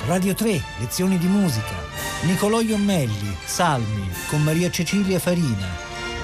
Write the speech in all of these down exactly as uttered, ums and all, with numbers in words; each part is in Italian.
Radio tre, lezioni di musica. Nicolò Iommelli, Salmi, con Maria Cecilia Farina.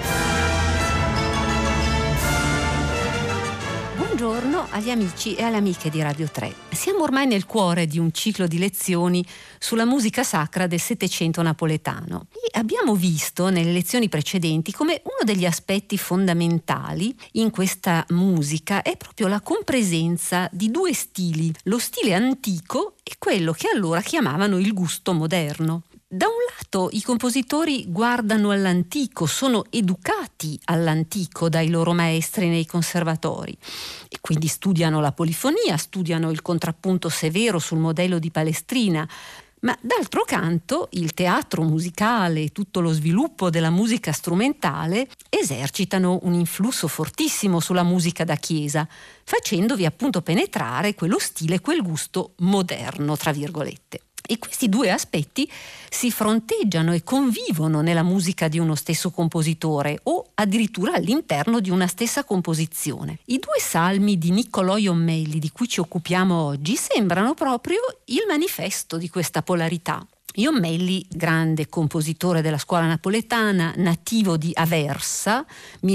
Buongiorno agli amici e alle amiche di Radio tre. Siamo ormai nel cuore di un ciclo di lezioni sulla musica sacra del Settecento napoletano e abbiamo visto nelle lezioni precedenti come uno degli aspetti fondamentali in questa musica è proprio la compresenza di due stili, lo stile antico e quello che allora chiamavano il gusto moderno. Da un lato i compositori guardano all'antico, sono educati all'antico dai loro maestri nei conservatori e quindi studiano la polifonia, studiano il contrappunto severo sul modello di Palestrina, ma d'altro canto il teatro musicale e tutto lo sviluppo della musica strumentale esercitano un influsso fortissimo sulla musica da chiesa, facendovi appunto penetrare quello stile, quel gusto moderno, tra virgolette. E questi due aspetti si fronteggiano e convivono nella musica di uno stesso compositore o addirittura all'interno di una stessa composizione. I due salmi di Niccolò Iommelli di cui ci occupiamo oggi sembrano proprio il manifesto di questa polarità. Iommelli, grande compositore della scuola napoletana, nativo di Aversa,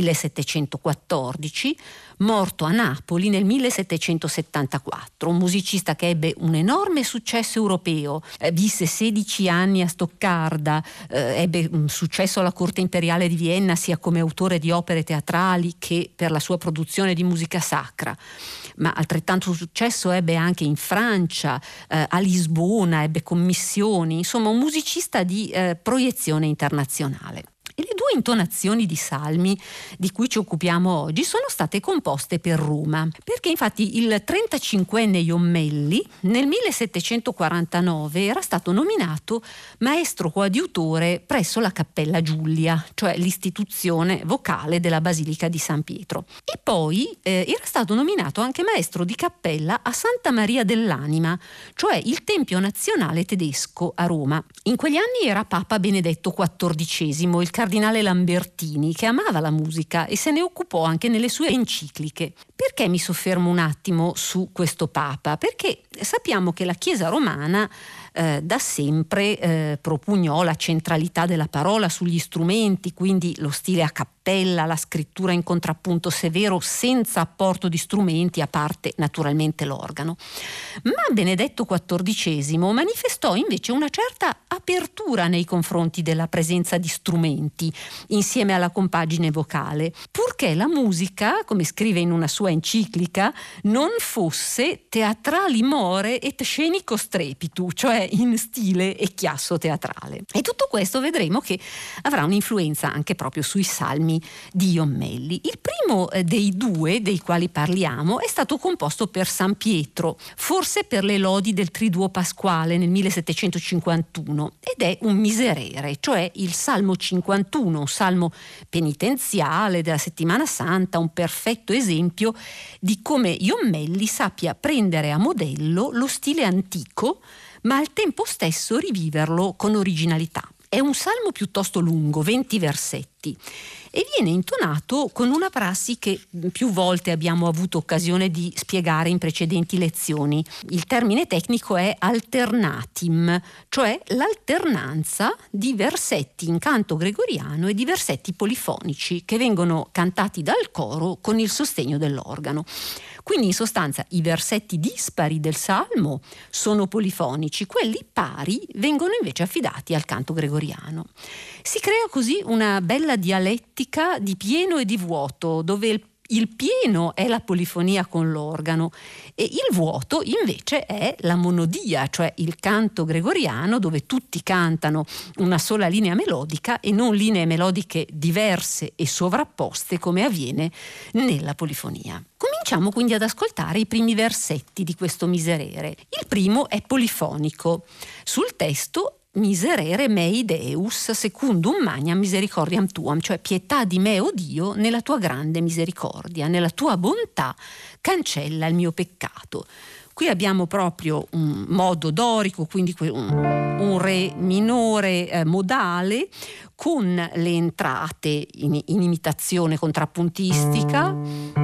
millesettecentoquattordici, morto a Napoli nel millesettecentosettantaquattro, un musicista che ebbe un enorme successo europeo, eh, visse sedici anni a Stoccarda, eh, ebbe un successo alla corte imperiale di Vienna sia come autore di opere teatrali che per la sua produzione di musica sacra, ma altrettanto successo ebbe anche in Francia, eh, a Lisbona, ebbe commissioni, insomma un musicista di eh, proiezione internazionale. E le due intonazioni di salmi di cui ci occupiamo oggi sono state composte per Roma, perché infatti il trentacinquenne Iommelli nel millesettecentoquarantanove era stato nominato maestro coadiutore presso la Cappella Giulia, cioè l'istituzione vocale della Basilica di San Pietro, e poi eh, era stato nominato anche maestro di cappella a Santa Maria dell'Anima, cioè il Tempio Nazionale tedesco a Roma. In quegli anni era Papa Benedetto quattordicesimo, il cardinale Lambertini, che amava la musica e se ne occupò anche nelle sue encicliche. Perché mi soffermo un attimo su questo Papa? Perché sappiamo che la Chiesa romana eh, da sempre eh, propugnò la centralità della parola sugli strumenti, quindi lo stile a cappella, la scrittura in contrappunto severo senza apporto di strumenti, a parte naturalmente l'organo. Ma Benedetto quattordicesimo manifestò invece una certa apertura nei confronti della presenza di strumenti insieme alla compagine vocale, purché la musica, come scrive in una sua enciclica, non fosse teatrali more et scenico strepitu, cioè in stile e chiasso teatrale. E tutto questo vedremo che avrà un'influenza anche proprio sui salmi di Iommelli. Il primo dei due dei quali parliamo è stato composto per San Pietro, forse per le lodi del Triduo Pasquale nel millesettecentocinquantuno, ed è un miserere, cioè il Salmo cinquantuno, un salmo penitenziale della Settimana Santa, un perfetto esempio di come Iommelli sappia prendere a modello lo stile antico, ma al tempo stesso riviverlo con originalità. È un salmo piuttosto lungo, venti versetti, e viene intonato con una prassi che più volte abbiamo avuto occasione di spiegare in precedenti lezioni. Il termine tecnico è alternatim, cioè l'alternanza di versetti in canto gregoriano e di versetti polifonici che vengono cantati dal coro con il sostegno dell'organo. Quindi in sostanza i versetti dispari del salmo sono polifonici, quelli pari vengono invece affidati al canto gregoriano. Si crea così una bella dialettica di pieno e di vuoto, dove il Il pieno è la polifonia con l'organo e il vuoto invece è la monodia, cioè il canto gregoriano dove tutti cantano una sola linea melodica e non linee melodiche diverse e sovrapposte come avviene nella polifonia. Cominciamo quindi ad ascoltare i primi versetti di questo miserere. Il primo è polifonico. Sul testo miserere mei Deus secundum magnam misericordiam tuam, cioè pietà di me, o Dio, nella tua grande misericordia, nella tua bontà cancella il mio peccato. Qui abbiamo proprio un modo dorico, quindi un, un re minore eh, modale con le entrate in, in imitazione contrappuntistica.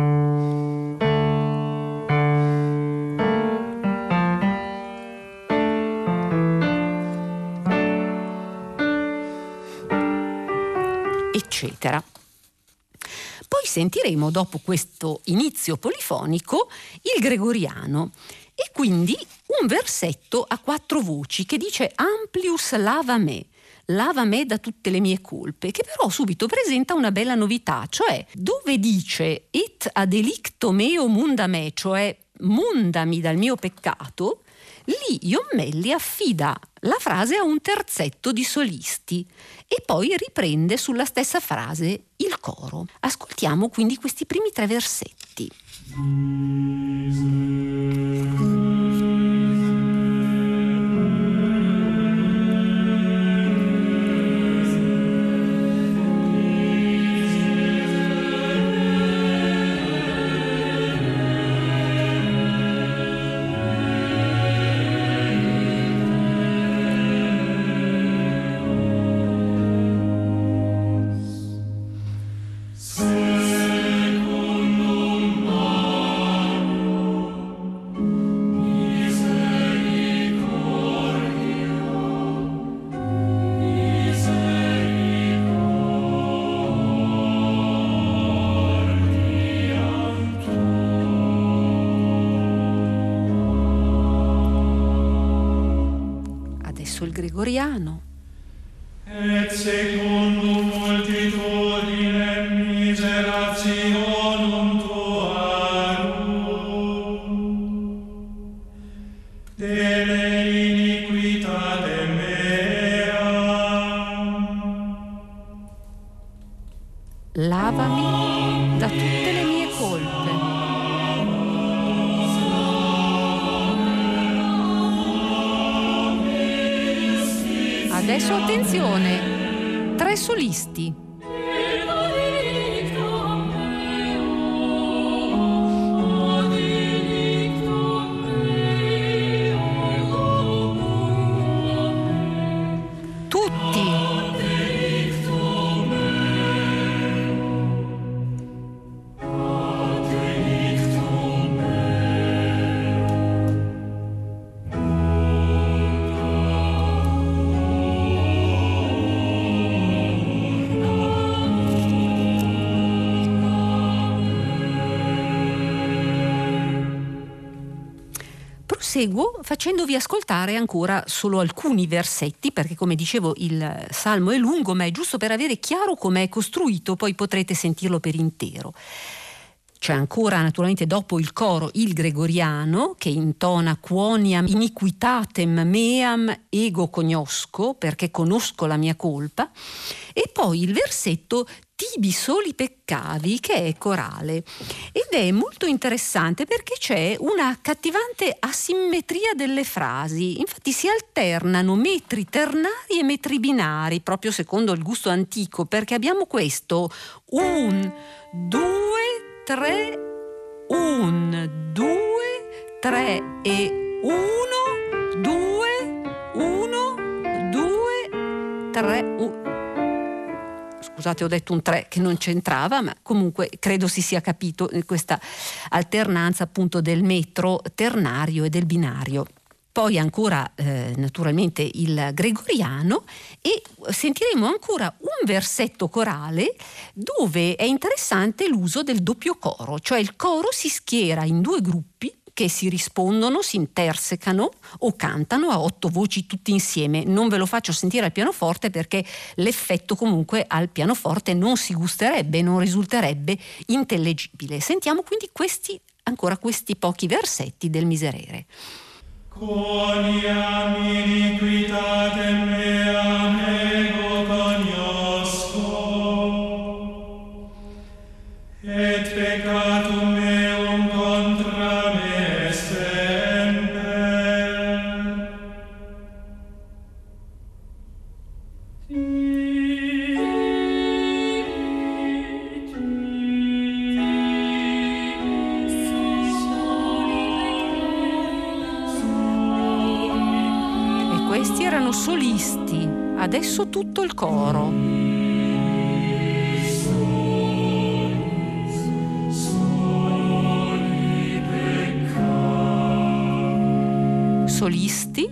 eccetera. Poi sentiremo, dopo questo inizio polifonico, il gregoriano e quindi un versetto a quattro voci che dice Amplius lava me, lava me da tutte le mie colpe, che però subito presenta una bella novità, cioè dove dice et ad delicto meo munda me, cioè mondami dal mio peccato, lì Jommelli affida la frase a un terzetto di solisti e poi riprende sulla stessa frase il coro. Ascoltiamo quindi questi primi tre versetti. Il gregoriano. Et secundum multitudinem miserationum tuarum dele iniquitate meam Lavami da tutte le mie colpe. Adesso attenzione, tre solisti. Tutti. Proseguo facendovi ascoltare ancora solo alcuni versetti, perché come dicevo il salmo è lungo, ma è giusto per avere chiaro come è costruito, poi potrete sentirlo per intero. C'è ancora naturalmente dopo il coro il gregoriano che intona quoniam iniquitatem meam ego cognosco, perché conosco la mia colpa, e poi il versetto tibi soli peccavi, che è corale ed è molto interessante perché c'è una accattivante asimmetria delle frasi. Infatti si alternano metri ternari e metri binari proprio secondo il gusto antico, perché abbiamo questo un, due, tre, un, due, tre e uno, due, uno, due, tre, uno. Scusate, ho detto un tre che non c'entrava, ma comunque credo si sia capito questa alternanza appunto del metro ternario e del binario. Poi ancora eh, naturalmente il gregoriano e sentiremo ancora un versetto corale dove è interessante l'uso del doppio coro, cioè il coro si schiera in due gruppi che si rispondono, si intersecano o cantano a otto voci tutti insieme. Non ve lo faccio sentire al pianoforte perché l'effetto comunque al pianoforte non si gusterebbe, non risulterebbe intellegibile. Sentiamo quindi questi, ancora questi pochi versetti del Miserere. Quoniam iniquitatem meam ego cognosco et peccatum meum contra me solisti, adesso tutto il coro. Solisti.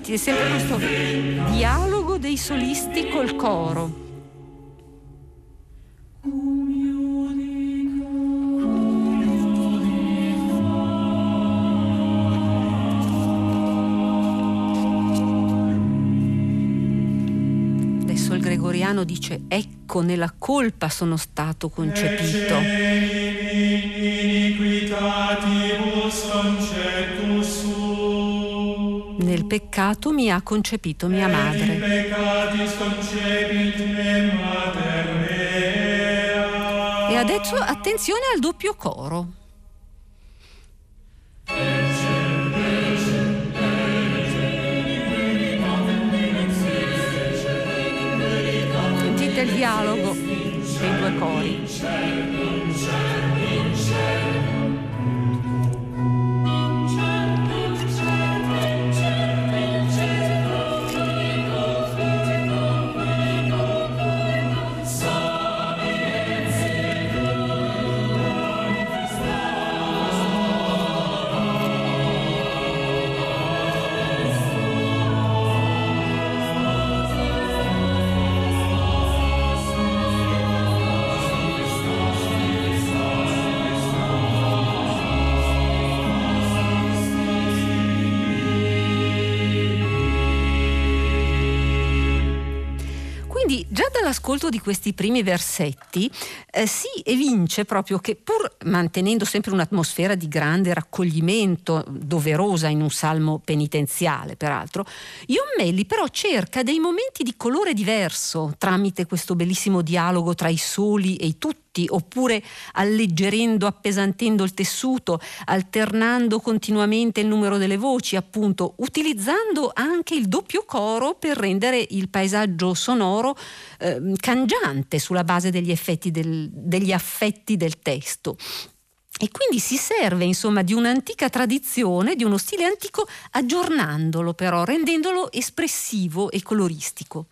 sentite sempre questo dialogo dei solisti col coro. Adesso il gregoriano dice: ecco, nella colpa sono stato concepito. Nel peccato mi ha concepito mia madre. E adesso attenzione al doppio coro. Sentite il dialogo dei due cori. Quindi già dall'ascolto di questi primi versetti eh, si evince proprio che, pur mantenendo sempre un'atmosfera di grande raccoglimento, doverosa in un salmo penitenziale peraltro, Iommelli però cerca dei momenti di colore diverso tramite questo bellissimo dialogo tra i soli e i tutti, oppure alleggerendo, appesantendo il tessuto, alternando continuamente il numero delle voci, appunto utilizzando anche il doppio coro per rendere il paesaggio sonoro eh, cangiante sulla base degli effetti del, degli affetti del testo. E quindi si serve insomma di un'antica tradizione, di uno stile antico, aggiornandolo però, rendendolo espressivo e coloristico.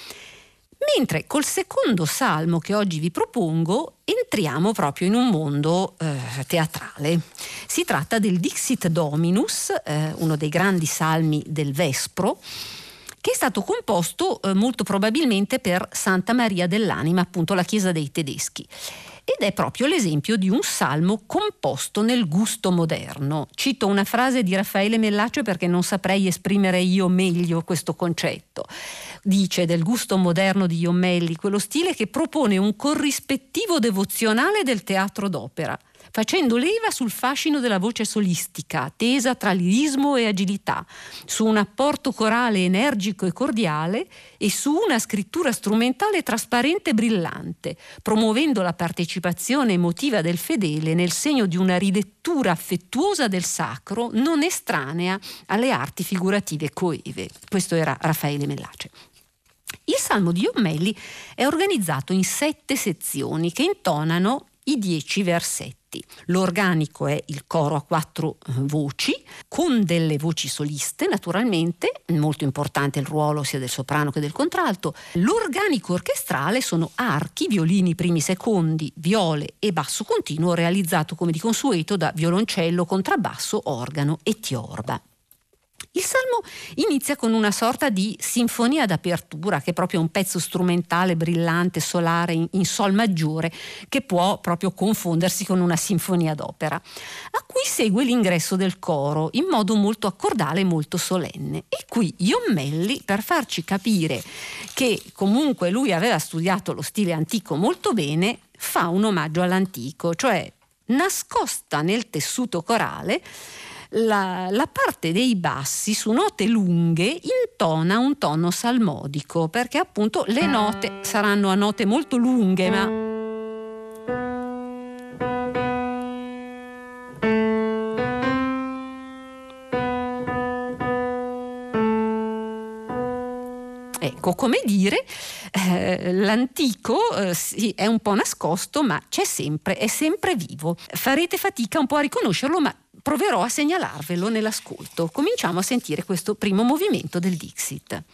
Mentre col secondo salmo che oggi vi propongo entriamo proprio in un mondo eh, teatrale. Si tratta del Dixit Dominus, eh, uno dei grandi salmi del Vespro, che è stato composto eh, molto probabilmente per Santa Maria dell'Anima, appunto la chiesa dei tedeschi. Ed è proprio l'esempio di un salmo composto nel gusto moderno. Cito una frase di Raffaele Mellace perché non saprei esprimere io meglio questo concetto. Dice del gusto moderno di Iommelli, quello stile che propone un corrispettivo devozionale del teatro d'opera, facendo leva sul fascino della voce solistica, tesa tra lirismo e agilità, su un apporto corale energico e cordiale e su una scrittura strumentale trasparente e brillante, promuovendo la partecipazione emotiva del fedele nel segno di una rilettura affettuosa del sacro, non estranea alle arti figurative coeve. Questo era Raffaele Mellace. Il salmo di Iommelli è organizzato in sette sezioni che intonano i dieci versetti. L'organico è il coro a quattro voci, con delle voci soliste naturalmente, molto importante il ruolo sia del soprano che del contralto. L'organico orchestrale sono archi, violini primi secondi, viole e basso continuo, realizzato come di consueto da violoncello, contrabbasso, organo e tiorba. Il salmo inizia con una sorta di sinfonia d'apertura, che è proprio un pezzo strumentale brillante, solare in, in sol maggiore, che può proprio confondersi con una sinfonia d'opera, a cui segue l'ingresso del coro in modo molto accordale e molto solenne. E qui Iommelli, per farci capire che comunque lui aveva studiato lo stile antico molto bene, fa un omaggio all'antico, cioè nascosta nel tessuto corale La, la parte dei bassi su note lunghe intona un tono salmodico, perché appunto le note saranno a note molto lunghe, ma ecco, come dire, eh, l'antico eh, sì, è un po' nascosto, ma c'è sempre, è sempre vivo. Farete fatica un po' a riconoscerlo, ma proverò a segnalarvelo nell'ascolto. Cominciamo a sentire questo primo movimento del Dixit.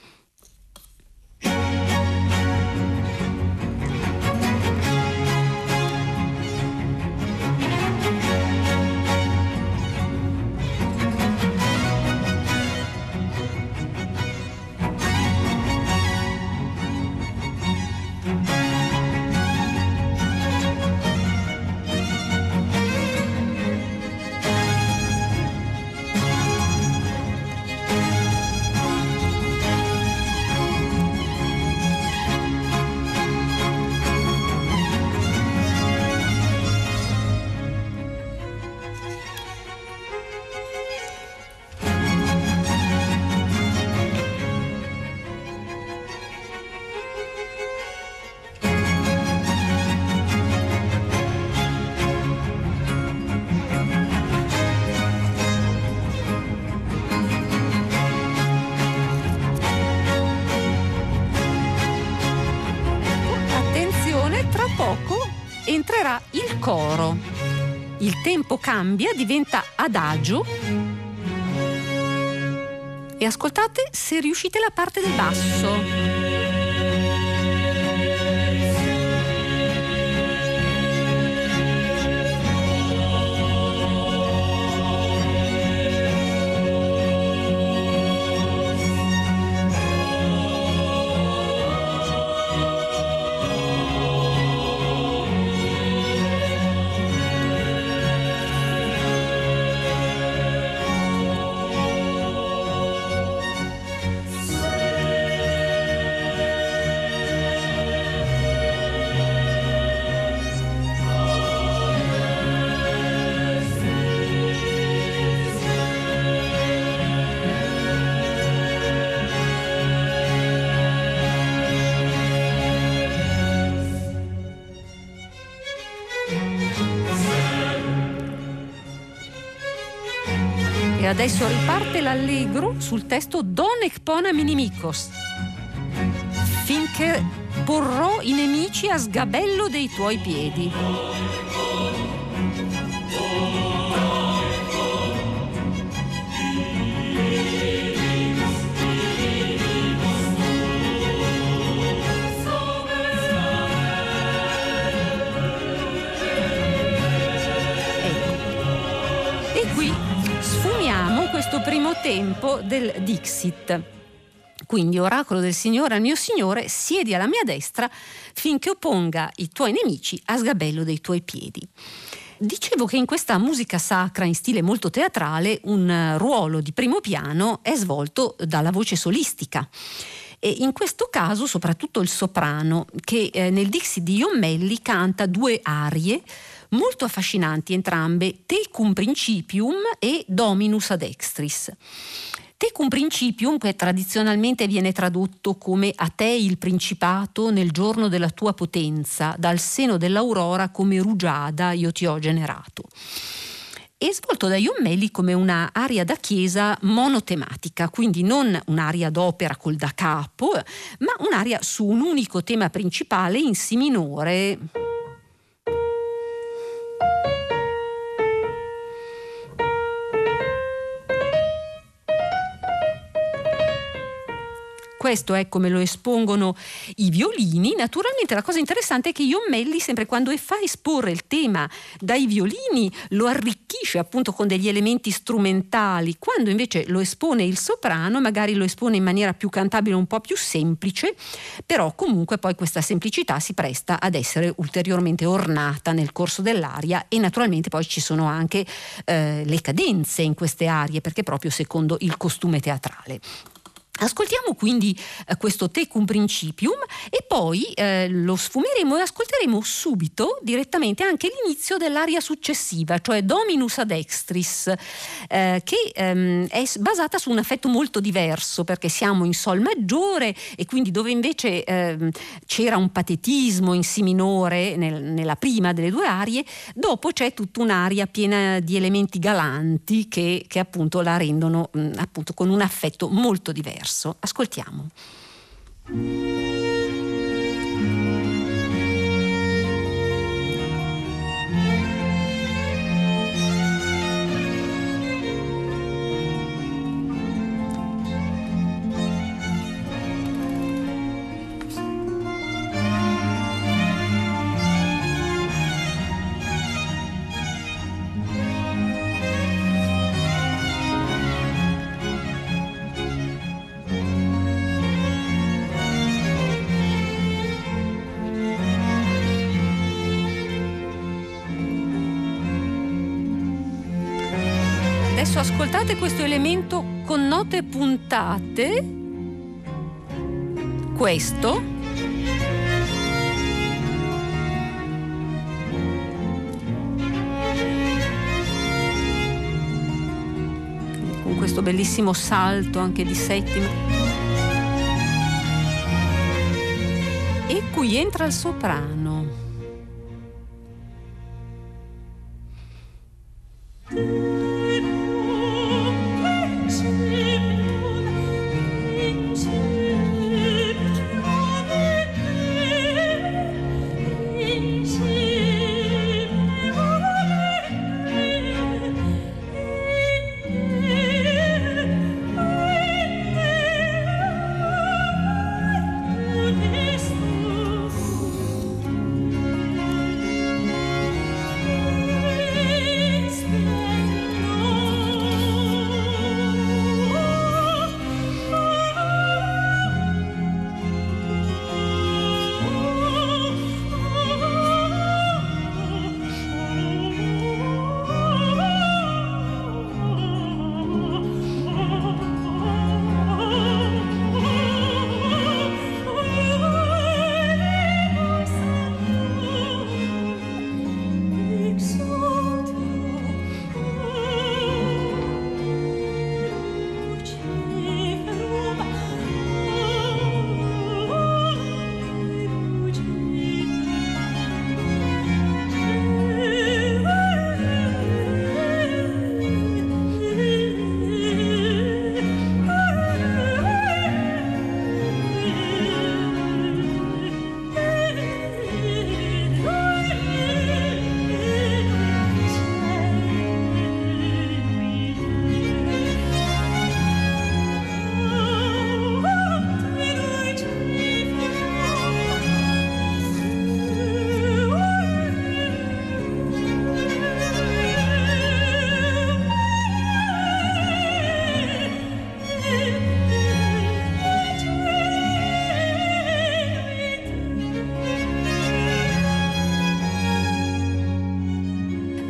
tra poco entrerà il coro. Il tempo cambia, diventa adagio e ascoltate se riuscite la parte del basso. E adesso riparte l'allegro sul testo Don ekpona minimikos, finché porrò i nemici a sgabello dei tuoi piedi. Ecco. E qui sfumiamo questo primo tempo del Dixit. Quindi, oracolo del Signore al mio Signore, siedi alla mia destra finché opponga i tuoi nemici a sgabello dei tuoi piedi. Dicevo che in questa musica sacra in stile molto teatrale un ruolo di primo piano è svolto dalla voce solistica. E in questo caso soprattutto il soprano, che eh, nel Dixit di Jommelli canta due arie molto affascinanti entrambe, Tecum Principium e Dominus ad Extris. Tecum Principium, che tradizionalmente viene tradotto come a te il principato nel giorno della tua potenza, dal seno dell'aurora come rugiada io ti ho generato. È svolto da Jommelli come una aria da chiesa monotematica, quindi non un'aria d'opera col da capo, ma un'aria su un unico tema principale in si minore. Questo è come lo espongono i violini. Naturalmente la cosa interessante è che Jommelli, sempre quando fa esporre il tema dai violini, lo arricchisce appunto con degli elementi strumentali. Quando invece lo espone il soprano, magari lo espone in maniera più cantabile, un po' più semplice, però comunque poi questa semplicità si presta ad essere ulteriormente ornata nel corso dell'aria, e naturalmente poi ci sono anche eh, le cadenze in queste arie, perché proprio secondo il costume teatrale. Ascoltiamo quindi eh, questo Tecum Principium e poi eh, lo sfumeremo e ascolteremo subito direttamente anche l'inizio dell'aria successiva, cioè Dominus ad Extris, eh, che ehm, è basata su un affetto molto diverso, perché siamo in sol maggiore e quindi dove invece ehm, c'era un patetismo in si minore nel, nella prima delle due arie, dopo c'è tutta un'aria piena di elementi galanti che, che appunto la rendono mh, appunto con un affetto molto diverso. Ascoltiamo. Adesso ascoltate questo elemento con note puntate, questo, con questo bellissimo salto anche di settima, e qui entra il soprano.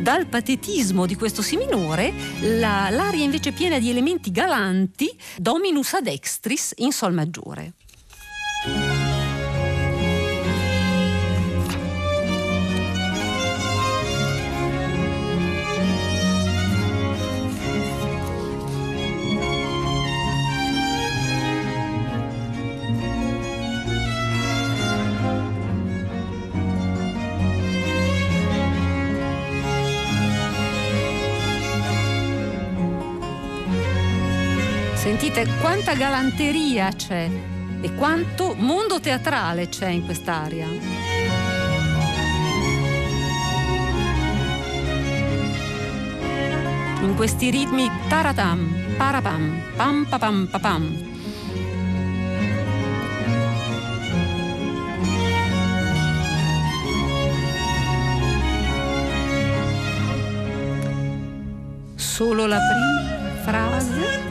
dal patetismo di questo si minore, la, l'aria invece piena di elementi galanti, Dominus ad extris in sol maggiore. Sentite quanta galanteria c'è e quanto mondo teatrale c'è in quest'aria. In questi ritmi taratam, parapam, pam papam papam. Solo la prima frase.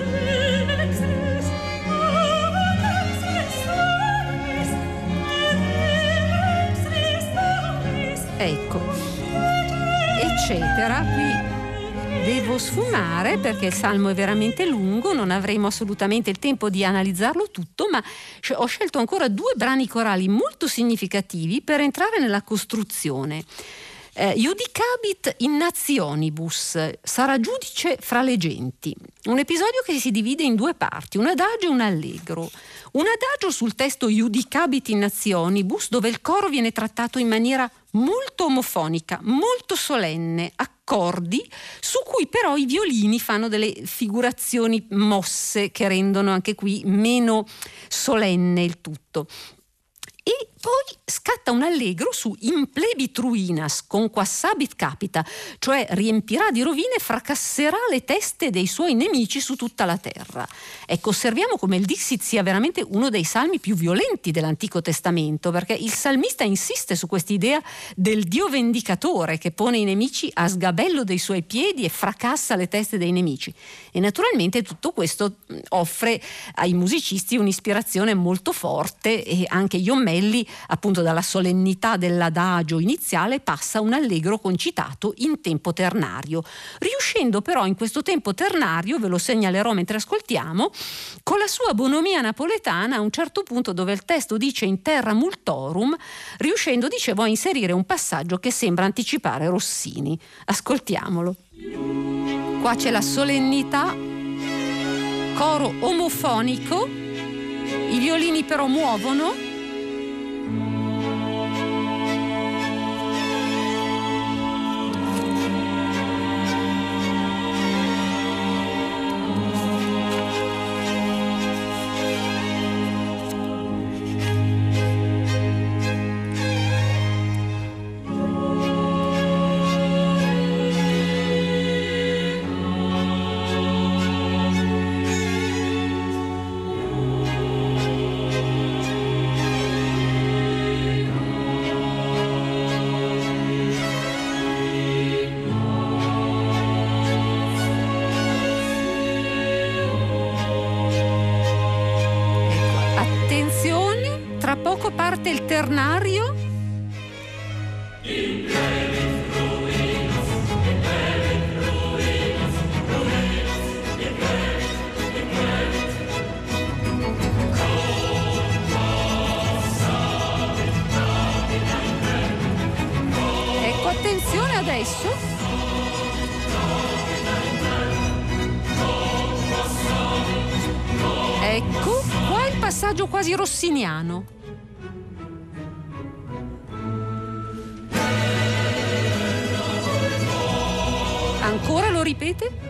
Ecco, eccetera. Qui devo sfumare perché il salmo è veramente lungo, non avremo assolutamente il tempo di analizzarlo tutto, ma ho scelto ancora due brani corali molto significativi per entrare nella costruzione. Eh, Iudicabit in nazionibus, sarà giudice fra le genti. Un episodio che si divide in due parti, un adagio e un allegro. Un adagio sul testo Iudicabit in nazionibus, dove il coro viene trattato in maniera molto omofonica, molto solenne, accordi su cui però i violini fanno delle figurazioni mosse che rendono anche qui meno solenne il tutto. E poi scatta un allegro su implebit ruinas conquassabit capita, cioè riempirà di rovine e fracasserà le teste dei suoi nemici su tutta la terra. Ecco, osserviamo come il Dixit sia veramente uno dei salmi più violenti dell'Antico Testamento, perché il salmista insiste su quest'idea del Dio vendicatore che pone i nemici a sgabello dei suoi piedi e fracassa le teste dei nemici. E naturalmente tutto questo offre ai musicisti un'ispirazione molto forte, e anche Iommelli, appunto dalla solennità dell'adagio iniziale, passa un allegro concitato in tempo ternario, riuscendo però in questo tempo ternario, ve lo segnalerò mentre ascoltiamo, con la sua bonomia napoletana a un certo punto dove il testo dice in terra multorum, riuscendo, dicevo, a inserire un passaggio che sembra anticipare Rossini. Ascoltiamolo. Qua c'è la solennità, coro omofonico, i violini però muovono. Parte il ternario. Ecco, attenzione adesso. Ecco, qua il passaggio quasi rossiniano. Ancora lo ripete?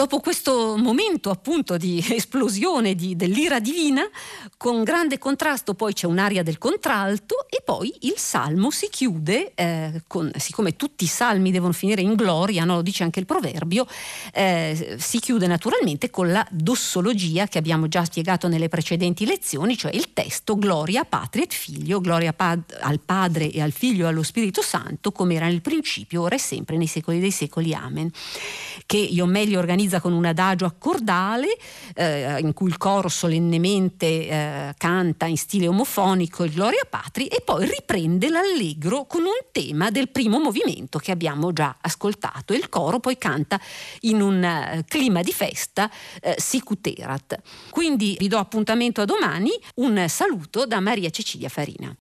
Dopo questo momento appunto di esplosione di, dell'ira divina, con grande contrasto poi c'è un'aria del contralto e poi il salmo si chiude, eh, con, siccome tutti i salmi devono finire in gloria, no? Lo dice anche il proverbio, eh, si chiude naturalmente con la dossologia che abbiamo già spiegato nelle precedenti lezioni, cioè il testo Gloria Patri et Figlio, gloria pad- al Padre e al Figlio e allo Spirito Santo, come era nel principio, ora e sempre, nei secoli dei secoli. Amen. Che Ion Melli organizza con un adagio accordale eh, in cui il coro solennemente eh, canta in stile omofonico il Gloria Patri e poi riprende l'allegro con un tema del primo movimento che abbiamo già ascoltato e il coro poi canta in un uh, clima di festa uh, Sicut erat. Quindi vi do appuntamento a domani, un saluto da Maria Cecilia Farina.